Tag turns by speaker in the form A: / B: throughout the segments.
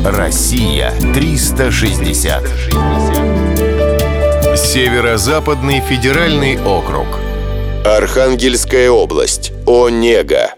A: Россия 360. Северо-западный федеральный округ. Архангельская область. Онега.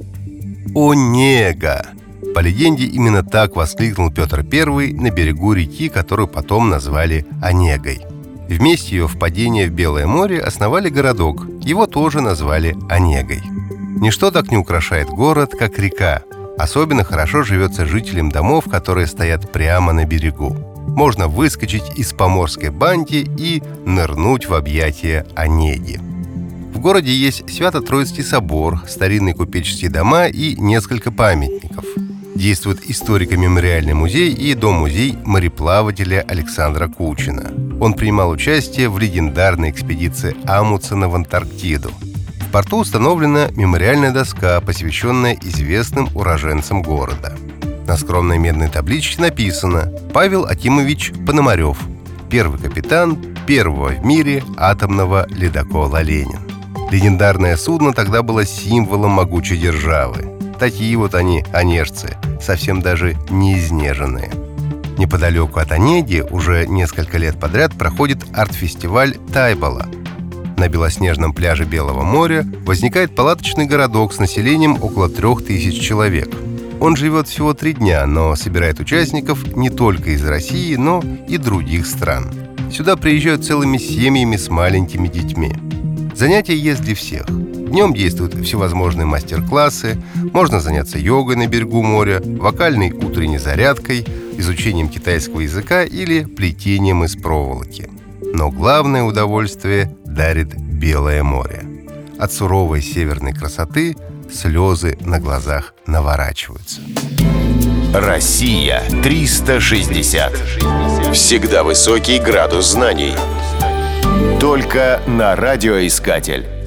B: Онега. По легенде, именно так воскликнул Петр I на берегу реки, которую потом назвали Онегой. В месте ее впадения в Белое море основали городок. Его тоже назвали Онегой. Ничто так не украшает город, как река. Особенно хорошо живется жителям домов, которые стоят прямо на берегу. Можно выскочить из поморской банди и нырнуть в объятия Онеги. В городе есть Свято-Троицкий собор, старинные купеческие дома и несколько памятников. Действует историко-мемориальный музей и дом-музей мореплавателя Александра Кучина. Он принимал участие в легендарной экспедиции Амундсена в Антарктиду. В порту установлена мемориальная доска, посвященная известным уроженцам города. На скромной медной табличке написано: «Павел Акимович Пономарев, первый капитан первого в мире атомного ледокола «Ленин». Легендарное судно тогда было символом могучей державы. Такие вот они, онежцы, совсем даже не изнеженные. Неподалеку от Онеги уже несколько лет подряд проходит арт-фестиваль «Тайбола». На белоснежном пляже Белого моря возникает палаточный городок с населением около 3000 человек. Он живет всего 3 дня, но собирает участников не только из России, но и других стран. Сюда приезжают целыми семьями с маленькими детьми. Занятия есть для всех. Днем действуют всевозможные мастер-классы, можно заняться йогой на берегу моря, вокальной утренней зарядкой, изучением китайского языка или плетением из проволоки. Но главное удовольствие дарит Белое море. От суровой северной красоты слезы на глазах наворачиваются.
A: Россия 360. Всегда высокий градус знаний. Только на радиоискатель.